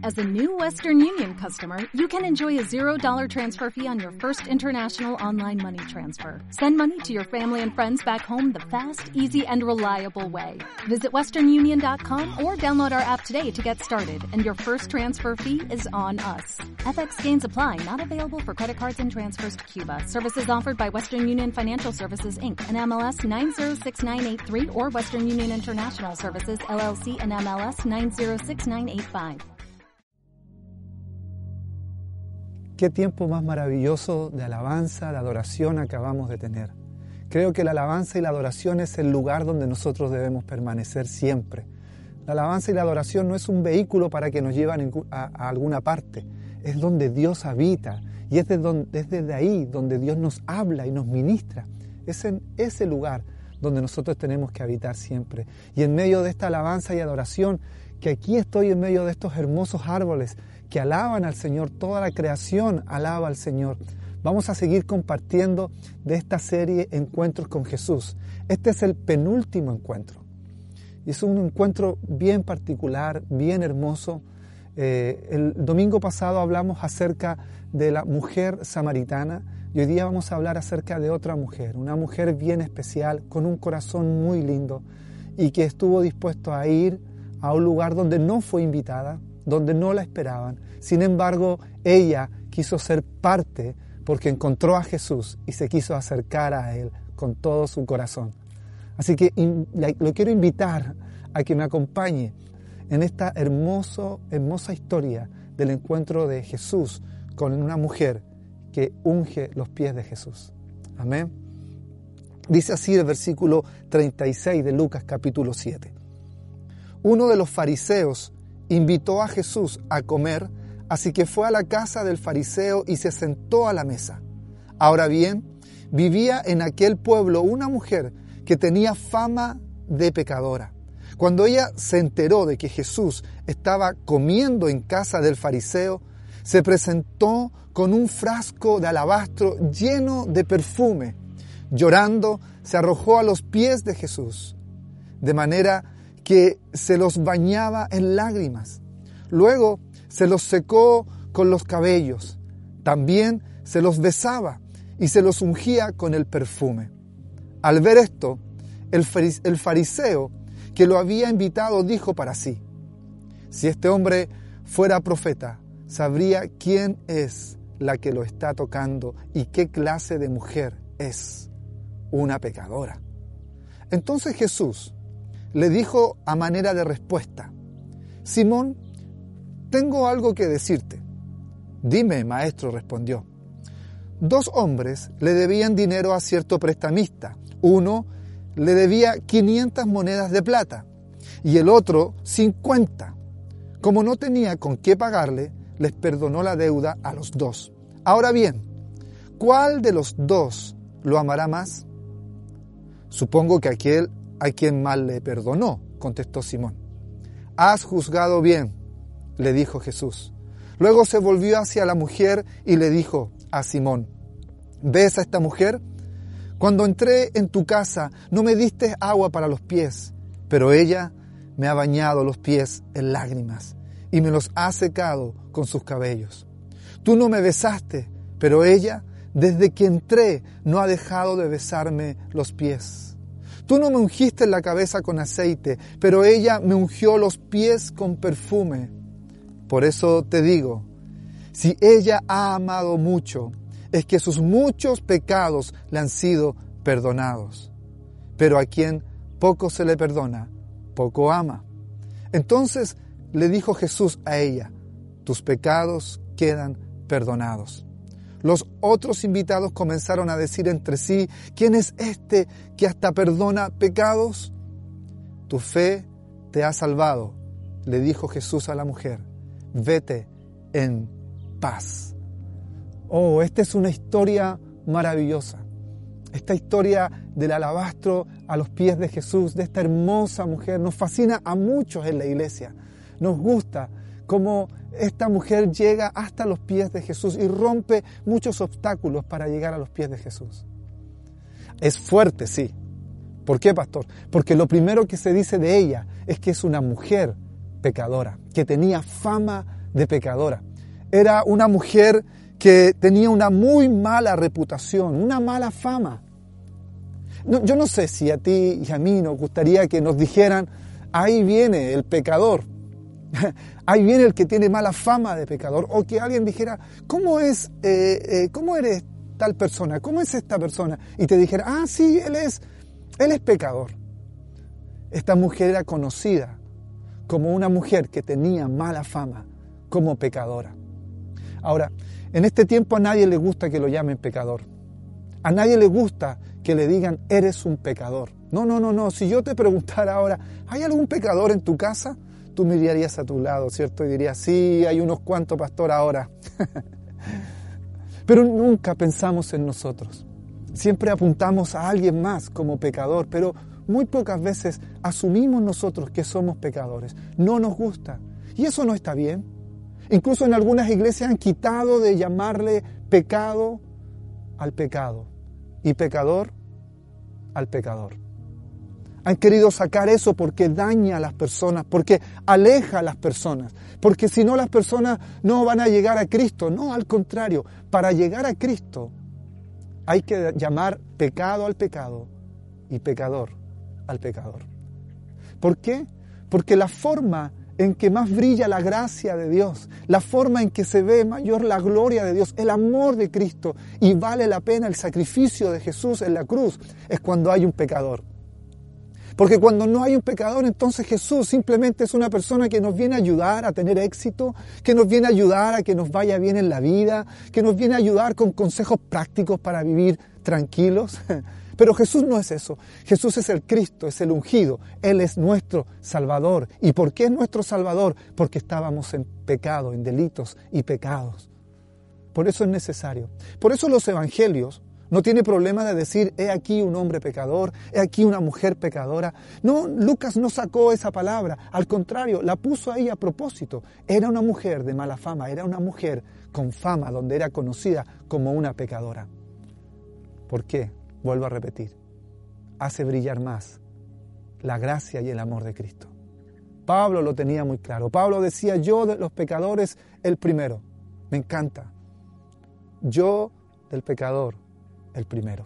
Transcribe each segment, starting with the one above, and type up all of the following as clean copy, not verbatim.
As a new Western Union customer, you can enjoy a $0 transfer fee on your first international online money transfer. Send money to your family and friends back home the fast, easy, and reliable way. Visit westernunion.com or download our app today to get started, and your first transfer fee is on us. FX gains apply, not available for credit cards and transfers to Cuba. Services offered by Western Union Financial Services, Inc., and MLS 906983, or Western Union International Services, LLC, and MLS 906985. Qué tiempo más maravilloso de alabanza, de adoración acabamos de tener. Creo que la alabanza y la adoración es el lugar donde nosotros debemos permanecer siempre. La alabanza y la adoración no es un vehículo para que nos lleven a alguna parte. Es donde Dios habita y es desde ahí donde Dios nos habla y nos ministra. Es en ese lugar donde nosotros tenemos que habitar siempre. Y en medio de esta alabanza y adoración, que aquí estoy en medio de estos hermosos árboles que alaban al Señor, toda la creación alaba al Señor. Vamos a seguir compartiendo de esta serie Encuentros con Jesús. Este es el penúltimo encuentro. Y es un encuentro bien particular, bien hermoso. El domingo pasado hablamos acerca de la mujer samaritana y hoy día vamos a hablar acerca de otra mujer, una mujer bien especial, con un corazón muy lindo y que estuvo dispuesto a ir a un lugar donde no fue invitada, donde no la esperaban. Sin embargo, ella quiso ser parte porque encontró a Jesús y se quiso acercar a Él con todo su corazón. Así que lo quiero invitar a que me acompañe en esta hermosa historia del encuentro de Jesús con una mujer que unge los pies de Jesús. Amén. Dice así el versículo 36 de Lucas capítulo 7. Uno de los fariseos invitó a Jesús a comer, así que fue a la casa del fariseo y se sentó a la mesa. Ahora bien, vivía en aquel pueblo una mujer que tenía fama de pecadora. Cuando ella se enteró de que Jesús estaba comiendo en casa del fariseo, se presentó con un frasco de alabastro lleno de perfume. Llorando, se arrojó a los pies de Jesús, de manera que se los bañaba en lágrimas. Luego se los secó con los cabellos. También se los besaba y se los ungía con el perfume. Al ver esto, el fariseo que lo había invitado dijo para sí: si este hombre fuera profeta, sabría quién es la que lo está tocando y qué clase de mujer es, una pecadora. Entonces Jesús le dijo a manera de respuesta: Simón, tengo algo que decirte. Dime, maestro, respondió. 2 hombres le debían dinero a cierto prestamista. Uno le debía 500 monedas de plata y el otro 50. Como no tenía con qué pagarle, les perdonó la deuda a los 2. Ahora bien, ¿cuál de los 2 lo amará más? Supongo que aquel a quien más le perdonó, contestó Simón. Has juzgado bien, le dijo Jesús. Luego se volvió hacia la mujer y le dijo a Simón: ¿ves a esta mujer? Cuando entré en tu casa no me diste agua para los pies, pero ella me ha bañado los pies en lágrimas y me los ha secado con sus cabellos. Tú no me besaste, pero ella, desde que entré, no ha dejado de besarme los pies. Tú no me ungiste la cabeza con aceite, pero ella me ungió los pies con perfume. Por eso te digo, si ella ha amado mucho, es que sus muchos pecados le han sido perdonados. Pero a quien poco se le perdona, poco ama. Entonces le dijo Jesús a ella: tus pecados quedan perdonados. Los otros invitados comenzaron a decir entre sí: ¿quién es este que hasta perdona pecados? Tu fe te ha salvado, le dijo Jesús a la mujer. Vete en paz. Oh, esta es una historia maravillosa. Esta historia del alabastro a los pies de Jesús, de esta hermosa mujer, nos fascina a muchos en la iglesia. Nos gusta cómo esta mujer llega hasta los pies de Jesús y rompe muchos obstáculos para llegar a los pies de Jesús. Es fuerte, sí. ¿Por qué, pastor? Porque lo primero que se dice de ella es que es una mujer pecadora, que tenía fama de pecadora. Era una mujer que tenía una muy mala reputación, una mala fama. No, yo no sé si a ti y a mí nos gustaría que nos dijeran, ahí viene el pecador, ahí viene el que tiene mala fama de pecador, o que alguien dijera, ¿cómo eres tal persona? ¿Cómo es esta persona? Y te dijera, sí, él es pecador. Esta mujer era conocida como una mujer que tenía mala fama, como pecadora. Ahora, en este tiempo a nadie le gusta que lo llamen pecador. A nadie le gusta que le digan, eres un pecador. No. Si yo te preguntara ahora, ¿hay algún pecador en tu casa? Tú mirarías a tu lado, ¿cierto? Y dirías, sí, hay unos cuantos, pastor, ahora. Pero nunca pensamos en nosotros. Siempre apuntamos a alguien más como pecador, pero muy pocas veces asumimos nosotros que somos pecadores. No nos gusta. Y eso no está bien. Incluso en algunas iglesias han quitado de llamarle pecado al pecado y pecador al pecador. Han querido sacar eso porque daña a las personas, porque aleja a las personas, porque si no las personas no van a llegar a Cristo. No, al contrario, para llegar a Cristo hay que llamar pecado al pecado y pecador al pecador. ¿Por qué? Porque la forma en que más brilla la gracia de Dios, la forma en que se ve mayor la gloria de Dios, el amor de Cristo, y vale la pena el sacrificio de Jesús en la cruz, es cuando hay un pecador. Porque cuando no hay un pecador, entonces Jesús simplemente es una persona que nos viene a ayudar a tener éxito, que nos viene a ayudar a que nos vaya bien en la vida, que nos viene a ayudar con consejos prácticos para vivir tranquilos. Pero Jesús no es eso. Jesús es el Cristo, es el ungido. Él es nuestro Salvador. ¿Y por qué es nuestro Salvador? Porque estábamos en pecado, en delitos y pecados. Por eso es necesario. Por eso los evangelios no tienen problema de decir, he aquí un hombre pecador, he aquí una mujer pecadora. No, Lucas no sacó esa palabra. Al contrario, la puso ahí a propósito. Era una mujer de mala fama, era una mujer con fama, donde era conocida como una pecadora. ¿Por qué? Vuelvo a repetir, hace brillar más la gracia y el amor de Cristo. Pablo lo tenía muy claro. Pablo decía, yo de los pecadores el primero. Me encanta. Yo del pecador el primero.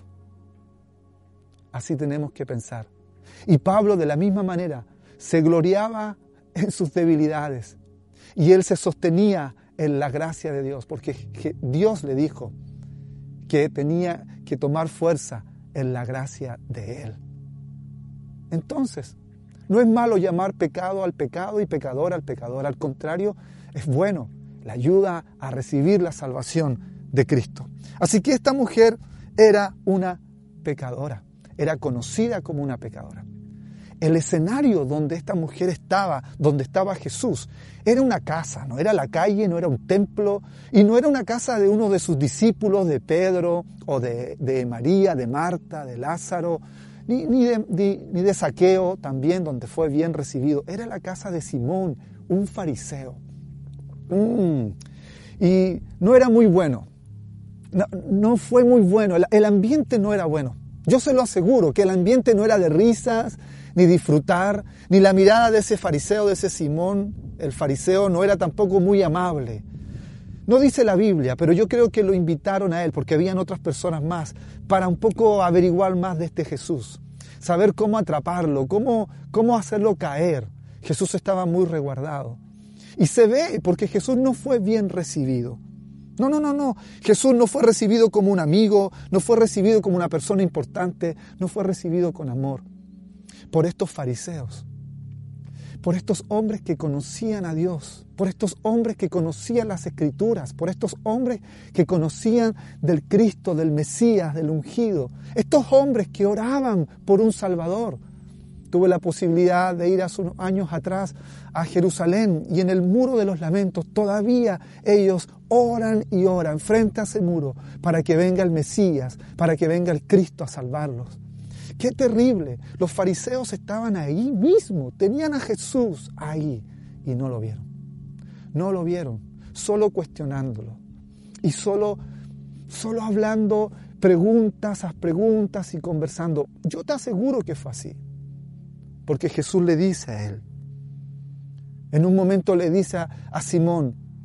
Así tenemos que pensar. Y Pablo de la misma manera se gloriaba en sus debilidades. Y él se sostenía en la gracia de Dios, porque Dios le dijo que tenía que tomar fuerza en la gracia de Él. Entonces, no es malo llamar pecado al pecado y pecador al pecador. Al contrario, es bueno. Le ayuda a recibir la salvación de Cristo. Así que esta mujer era una pecadora. Era conocida como una pecadora. El escenario donde esta mujer estaba, donde estaba Jesús, era una casa, no era la calle, no era un templo, y no era una casa de uno de sus discípulos, de Pedro, o de María, de Marta, de Lázaro, ni de Zaqueo también, donde fue bien recibido. Era la casa de Simón, un fariseo. Y no era muy bueno, no fue muy bueno, el ambiente no era bueno. Yo se lo aseguro, que el ambiente no era de risas, ni disfrutar, ni la mirada de ese fariseo, de ese Simón, el fariseo, no era tampoco muy amable. No dice la Biblia, pero yo creo que lo invitaron a él, porque habían otras personas más, para un poco averiguar más de este Jesús, saber cómo atraparlo, cómo hacerlo caer. Jesús estaba muy resguardado. Y se ve, porque Jesús no fue bien recibido. No. Jesús no fue recibido como un amigo, no fue recibido como una persona importante, no fue recibido con amor. Por estos fariseos, por estos hombres que conocían a Dios, por estos hombres que conocían las Escrituras, por estos hombres que conocían del Cristo, del Mesías, del ungido, estos hombres que oraban por un Salvador. Tuve la posibilidad de ir hace unos años atrás a Jerusalén y en el Muro de los Lamentos todavía ellos oran y oran frente a ese muro para que venga el Mesías, para que venga el Cristo a salvarlos. ¡Qué terrible! Los fariseos estaban ahí mismo, tenían a Jesús ahí y no lo vieron. No lo vieron, solo cuestionándolo y solo hablando preguntas y conversando. Yo te aseguro que fue así. Porque Jesús le dice a él, en un momento le dice a Simón,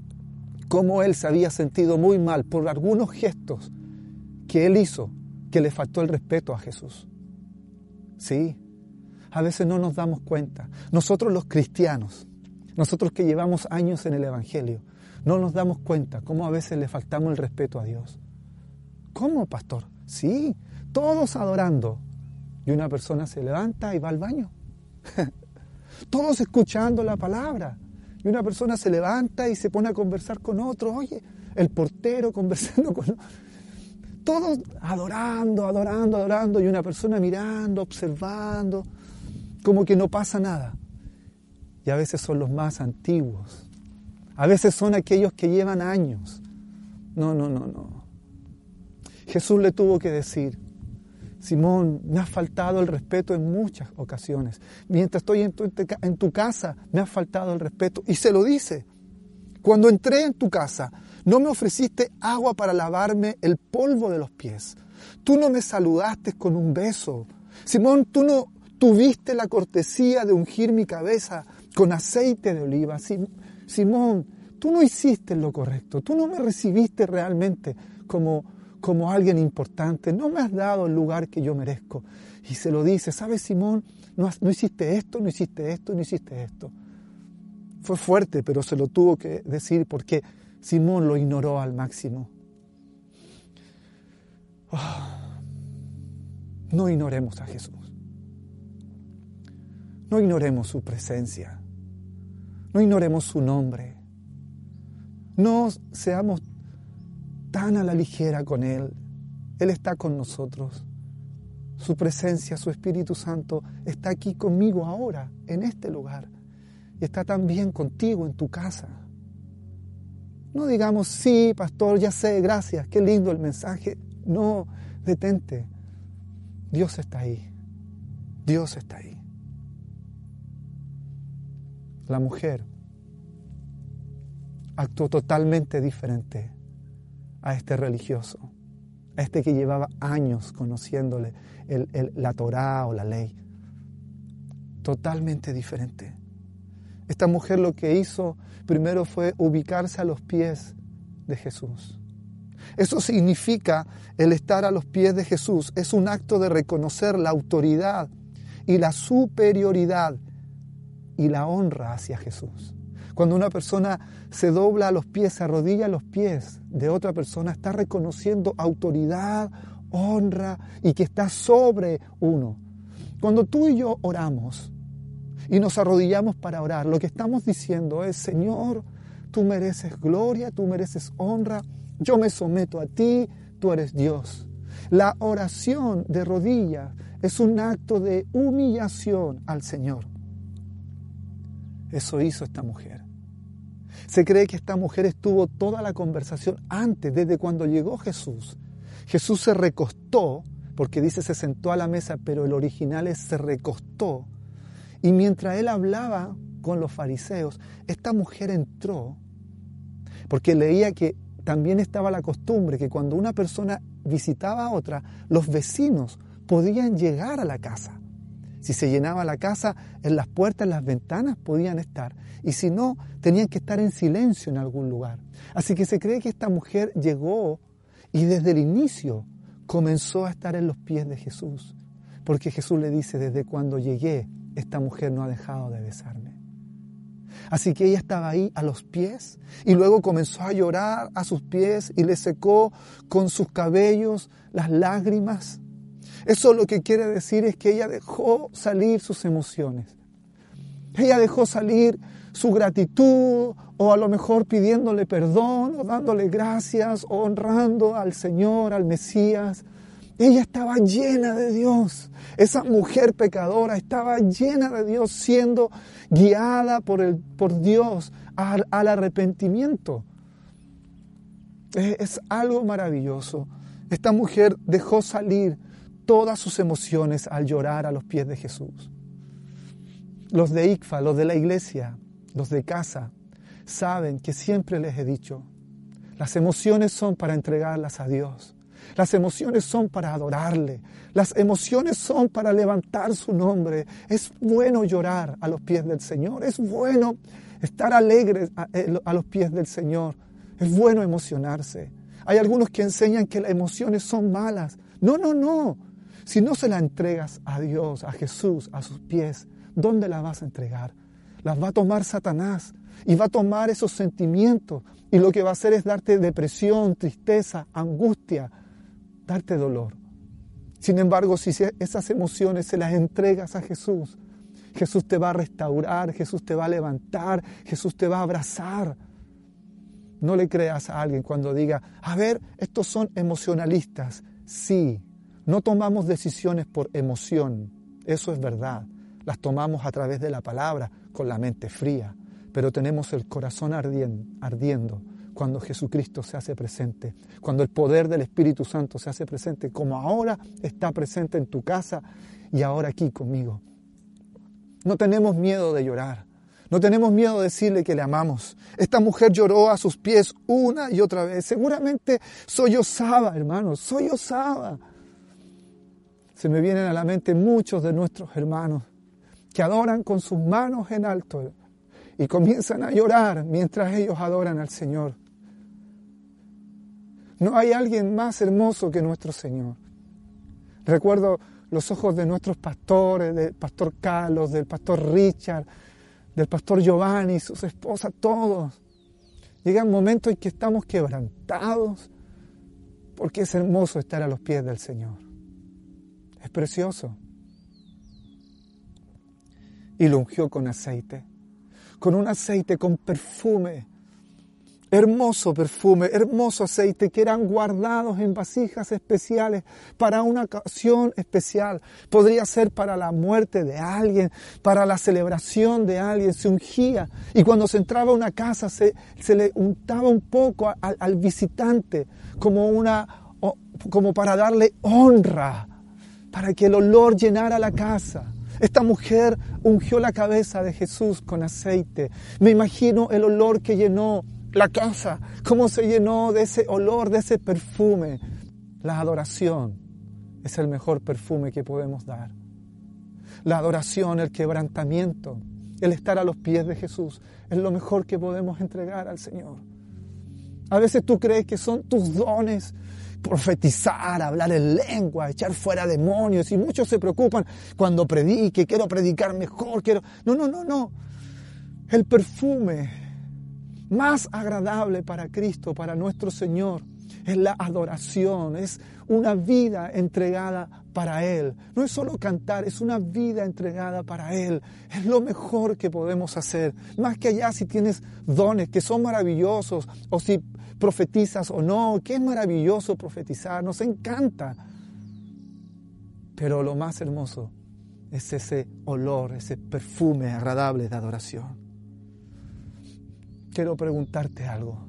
cómo él se había sentido muy mal por algunos gestos que él hizo, que le faltó el respeto a Jesús. Sí, a veces no nos damos cuenta. Nosotros los cristianos, nosotros que llevamos años en el Evangelio, no nos damos cuenta cómo a veces le faltamos el respeto a Dios. ¿Cómo, pastor? Sí, todos adorando. Y una persona se levanta y va al baño. Todos escuchando la palabra. Y una persona se levanta y se pone a conversar con otro. Oye, el portero conversando con otro. Todos adorando. Y una persona mirando, observando, como que no pasa nada. Y a veces son los más antiguos. A veces son aquellos que llevan años. No. Jesús le tuvo que decir: Simón, me has faltado el respeto en muchas ocasiones. Mientras estoy en tu casa, me has faltado el respeto. Y se lo dice: cuando entré en tu casa, no me ofreciste agua para lavarme el polvo de los pies. Tú no me saludaste con un beso. Simón, tú no tuviste la cortesía de ungir mi cabeza con aceite de oliva. Simón, tú no hiciste lo correcto. Tú no me recibiste realmente como alguien importante, no me has dado el lugar que yo merezco. Y se lo dice: ¿sabes, Simón? No hiciste esto, no hiciste esto, no hiciste esto. Fue fuerte, pero se lo tuvo que decir porque Simón lo ignoró al máximo. No ignoremos a Jesús. No ignoremos su presencia. No ignoremos su nombre. No seamos tan a la ligera con Él. Él está con nosotros. Su presencia, su Espíritu Santo está aquí conmigo ahora, en este lugar. Y está también contigo en tu casa. No digamos: sí, pastor, ya sé, gracias, qué lindo el mensaje. No, detente. Dios está ahí. Dios está ahí. La mujer actuó totalmente diferente a este religioso, a este que llevaba años conociéndole la Torá o la ley. Totalmente diferente. Esta mujer lo que hizo primero fue ubicarse a los pies de Jesús. Eso significa el estar a los pies de Jesús. Es un acto de reconocer la autoridad y la superioridad y la honra hacia Jesús. Cuando una persona se dobla a los pies, se arrodilla a los pies de otra persona, está reconociendo autoridad, honra y que está sobre uno. Cuando tú y yo oramos y nos arrodillamos para orar, lo que estamos diciendo es: Señor, tú mereces gloria, tú mereces honra, yo me someto a ti, tú eres Dios. La oración de rodillas es un acto de humillación al Señor. Eso hizo esta mujer. Se cree que esta mujer estuvo toda la conversación antes, desde cuando llegó Jesús. Jesús se recostó, porque dice se sentó a la mesa, pero el original es se recostó. Y mientras él hablaba con los fariseos, esta mujer entró, porque leía que también estaba la costumbre que cuando una persona visitaba a otra, los vecinos podían llegar a la casa. Si se llenaba la casa, en las puertas, en las ventanas podían estar. Y si no, tenían que estar en silencio en algún lugar. Así que se cree que esta mujer llegó y desde el inicio comenzó a estar en los pies de Jesús. Porque Jesús le dice: desde cuando llegué, esta mujer no ha dejado de besarme. Así que ella estaba ahí a los pies y luego comenzó a llorar a sus pies y le secó con sus cabellos las lágrimas. Eso lo que quiere decir es que ella dejó salir sus emociones. Ella dejó salir su gratitud, o a lo mejor pidiéndole perdón, o dándole gracias, o honrando al Señor, al Mesías. Ella estaba llena de Dios. Esa mujer pecadora estaba llena de Dios, siendo guiada por Dios al arrepentimiento. Es algo maravilloso. Esta mujer dejó salir todas sus emociones al llorar a los pies de Jesús. Los de ICFA, los de la iglesia, los de casa, saben que siempre les he dicho, las emociones son para entregarlas a Dios. Las emociones son para adorarle. Las emociones son para levantar su nombre. Es bueno llorar a los pies del Señor. Es bueno estar alegres a los pies del Señor. Es bueno emocionarse. Hay algunos que enseñan que las emociones son malas. No, no, no. Si no se las entregas a Dios, a Jesús, a sus pies, ¿dónde las vas a entregar? Las va a tomar Satanás y va a tomar esos sentimientos y lo que va a hacer es darte depresión, tristeza, angustia, darte dolor. Sin embargo, si esas emociones se las entregas a Jesús, Jesús te va a restaurar, Jesús te va a levantar, Jesús te va a abrazar. No le creas a alguien cuando diga, a ver, estos son emocionalistas. Sí, no tomamos decisiones por emoción, eso es verdad. Las tomamos a través de la palabra, con la mente fría, pero tenemos el corazón ardiendo cuando Jesucristo se hace presente, cuando el poder del Espíritu Santo se hace presente, como ahora está presente en tu casa y ahora aquí conmigo. No tenemos miedo de llorar, no tenemos miedo de decirle que le amamos. Esta mujer lloró a sus pies una y otra vez, seguramente sollozaba, hermanos, sollozaba. Se me vienen a la mente muchos de nuestros hermanos que adoran con sus manos en alto y comienzan a llorar mientras ellos adoran al Señor. No hay alguien más hermoso que nuestro Señor. Recuerdo los ojos de nuestros pastores, del pastor Carlos, del pastor Richard, del pastor Giovanni, sus esposas, todos. Llegan momentos en que estamos quebrantados porque es hermoso estar a los pies del Señor. Es precioso. Y lo ungió con aceite, con un aceite, con perfume, hermoso perfume, hermoso aceite, que eran guardados en vasijas especiales para una ocasión especial. Podría ser para la muerte de alguien, para la celebración de alguien, se ungía. Y cuando se entraba a una casa se le untaba un poco al visitante, como para darle honra, para que el olor llenara la casa. Esta mujer ungió la cabeza de Jesús con aceite. Me imagino el olor que llenó la casa, cómo se llenó de ese olor, de ese perfume. La adoración es el mejor perfume que podemos dar. La adoración, el quebrantamiento, el estar a los pies de Jesús es lo mejor que podemos entregar al Señor. A veces tú crees que son tus dones, profetizar, hablar en lengua, echar fuera demonios, y muchos se preocupan cuando predique, quiero predicar mejor, No. El perfume más agradable para Cristo, para nuestro Señor, es la adoración, es una vida entregada para Él. No es solo cantar, es una vida entregada para Él. Es lo mejor que podemos hacer. Más que allá si tienes dones que son maravillosos, o si profetizas o no, que es maravilloso profetizar, nos encanta. Pero lo más hermoso es ese olor, ese perfume agradable de adoración. Quiero preguntarte algo.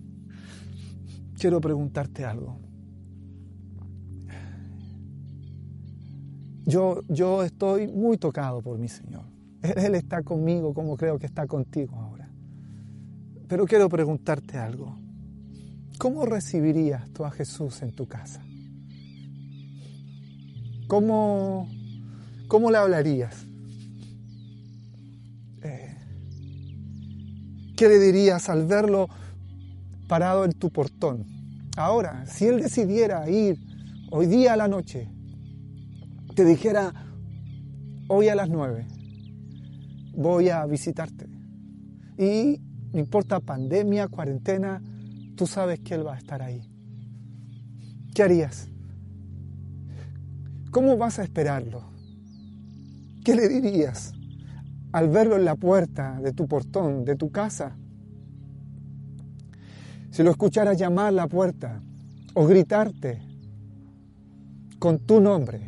Yo estoy muy tocado por mi Señor. Él está conmigo como creo que está contigo ahora. Pero quiero preguntarte algo. ¿Cómo recibirías tú a Jesús en tu casa? ¿Cómo le hablarías? ¿Qué le dirías al verlo parado en tu portón? Ahora, si Él decidiera ir hoy día a la noche, te dijera, hoy a las 9 voy a visitarte. Y no importa pandemia, cuarentena, tú sabes que Él va a estar ahí. ¿Qué harías? ¿Cómo vas a esperarlo? ¿Qué le dirías al verlo en la puerta de tu portón, de tu casa? Si lo escucharas llamar a la puerta o gritarte con tu nombre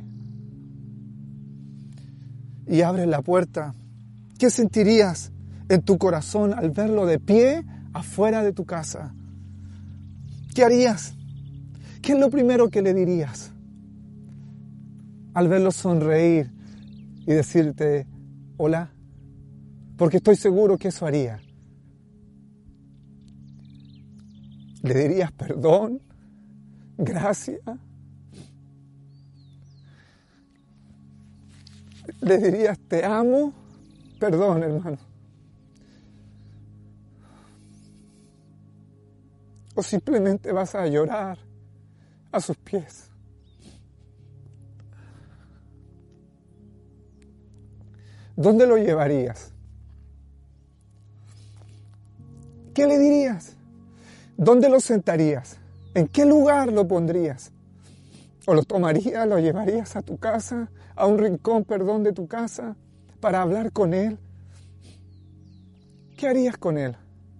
y abres la puerta, ¿qué sentirías en tu corazón al verlo de pie afuera de tu casa? ¿Qué harías? ¿Qué es lo primero que le dirías al verlo sonreír y decirte hola? Porque estoy seguro que eso haría. ¿Le dirías perdón? ¿Gracias? ¿Le dirías te amo? Perdón, hermano. ¿O simplemente vas a llorar a sus pies? ¿Dónde lo llevarías? ¿Qué le dirías? ¿Dónde lo sentarías? ¿En qué lugar lo pondrías? ¿O lo tomarías, lo llevarías a tu casa, a un rincón, de tu casa, para hablar con Él? ¿Qué harías con Él?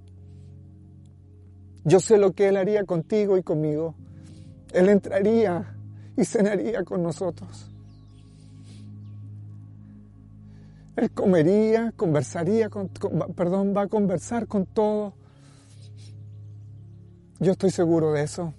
Yo sé lo que Él haría contigo y conmigo. Él entraría y cenaría con nosotros. Él comería, conversaría, va a conversar con todos. Yo estoy seguro de eso.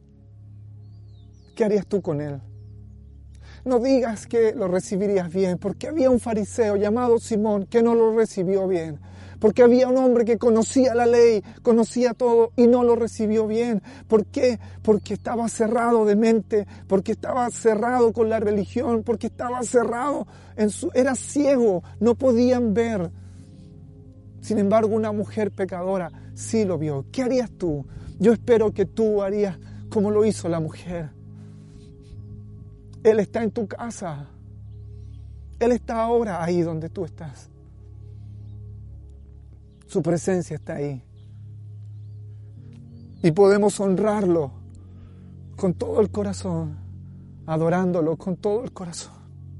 ¿Qué harías tú con Él? No digas que lo recibirías bien, porque había un fariseo llamado Simón que no lo recibió bien. Porque había un hombre que conocía la ley, conocía todo y no lo recibió bien. ¿Por qué? Porque estaba cerrado de mente, porque estaba cerrado con la religión, porque estaba cerrado era ciego, no podían ver. Sin embargo, una mujer pecadora sí lo vio. ¿Qué harías tú? Yo espero que tú harías como lo hizo la mujer. Él está en tu casa. Él está ahora ahí donde tú estás. Su presencia está ahí. Y podemos honrarlo con todo el corazón, adorándolo con todo el corazón.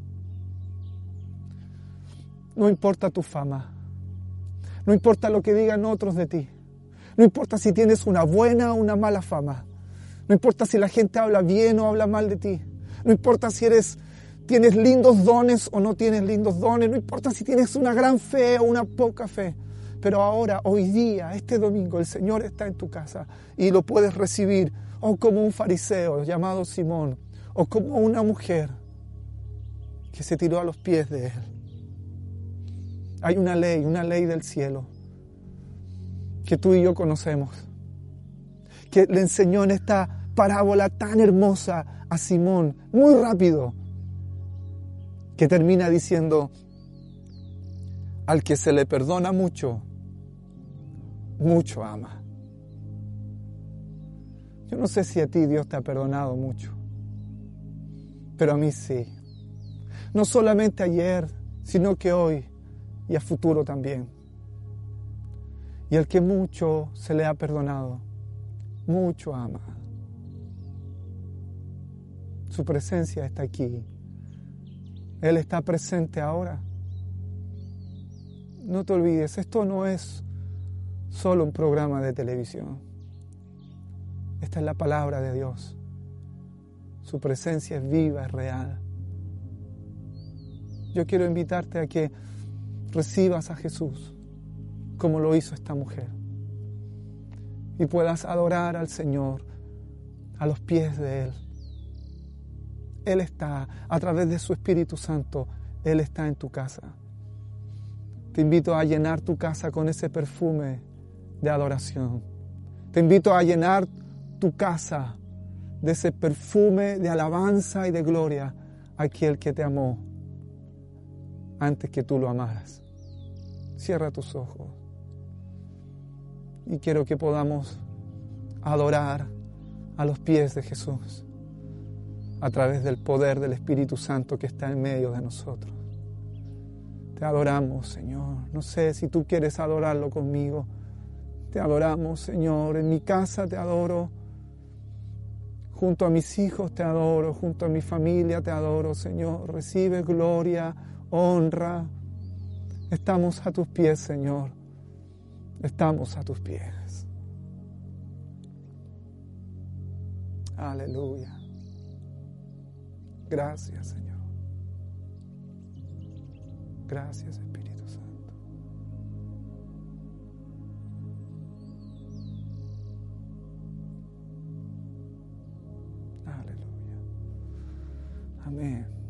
No importa tu fama. No importa lo que digan otros de ti. No importa si tienes una buena o una mala fama. No importa si la gente habla bien o habla mal de ti. No importa si tienes lindos dones o no tienes lindos dones. No importa si tienes una gran fe o una poca fe. Pero ahora, hoy día, este domingo, el Señor está en tu casa y lo puedes recibir o como un fariseo llamado Simón o como una mujer que se tiró a los pies de Él. Hay una ley del cielo que tú y yo conocemos, que le enseñó en esta parábola tan hermosa a Simón, muy rápido, que termina diciendo: al que se le perdona mucho, mucho ama. Yo no sé si a ti Dios te ha perdonado mucho, pero a mí sí. No solamente ayer, sino que hoy y a futuro también. Y el que mucho se le ha perdonado, mucho ama. Su presencia está aquí. Él está presente ahora. No te olvides, esto no es solo un programa de televisión. Esta es la palabra de Dios. Su presencia es viva, es real. Yo quiero invitarte a que recibas a Jesús como lo hizo esta mujer y puedas adorar al Señor a los pies de Él. Él está, a través de su Espíritu Santo, Él está en tu casa. Te invito a llenar tu casa con ese perfume de adoración. Te invito a llenar tu casa de ese perfume de alabanza y de gloria a aquel que te amó antes que tú lo amaras. Cierra tus ojos y quiero que podamos adorar a los pies de Jesús a través del poder del Espíritu Santo que está en medio de nosotros. Te adoramos, Señor. No sé si tú quieres adorarlo conmigo. Te adoramos, Señor. En mi casa te adoro. Junto a mis hijos te adoro. Junto a mi familia te adoro, Señor. Recibe gloria, honra. Estamos a tus pies, Señor. Estamos a tus pies. Aleluya. Gracias, Señor. Gracias, Espíritu Santo. Aleluya. Amén.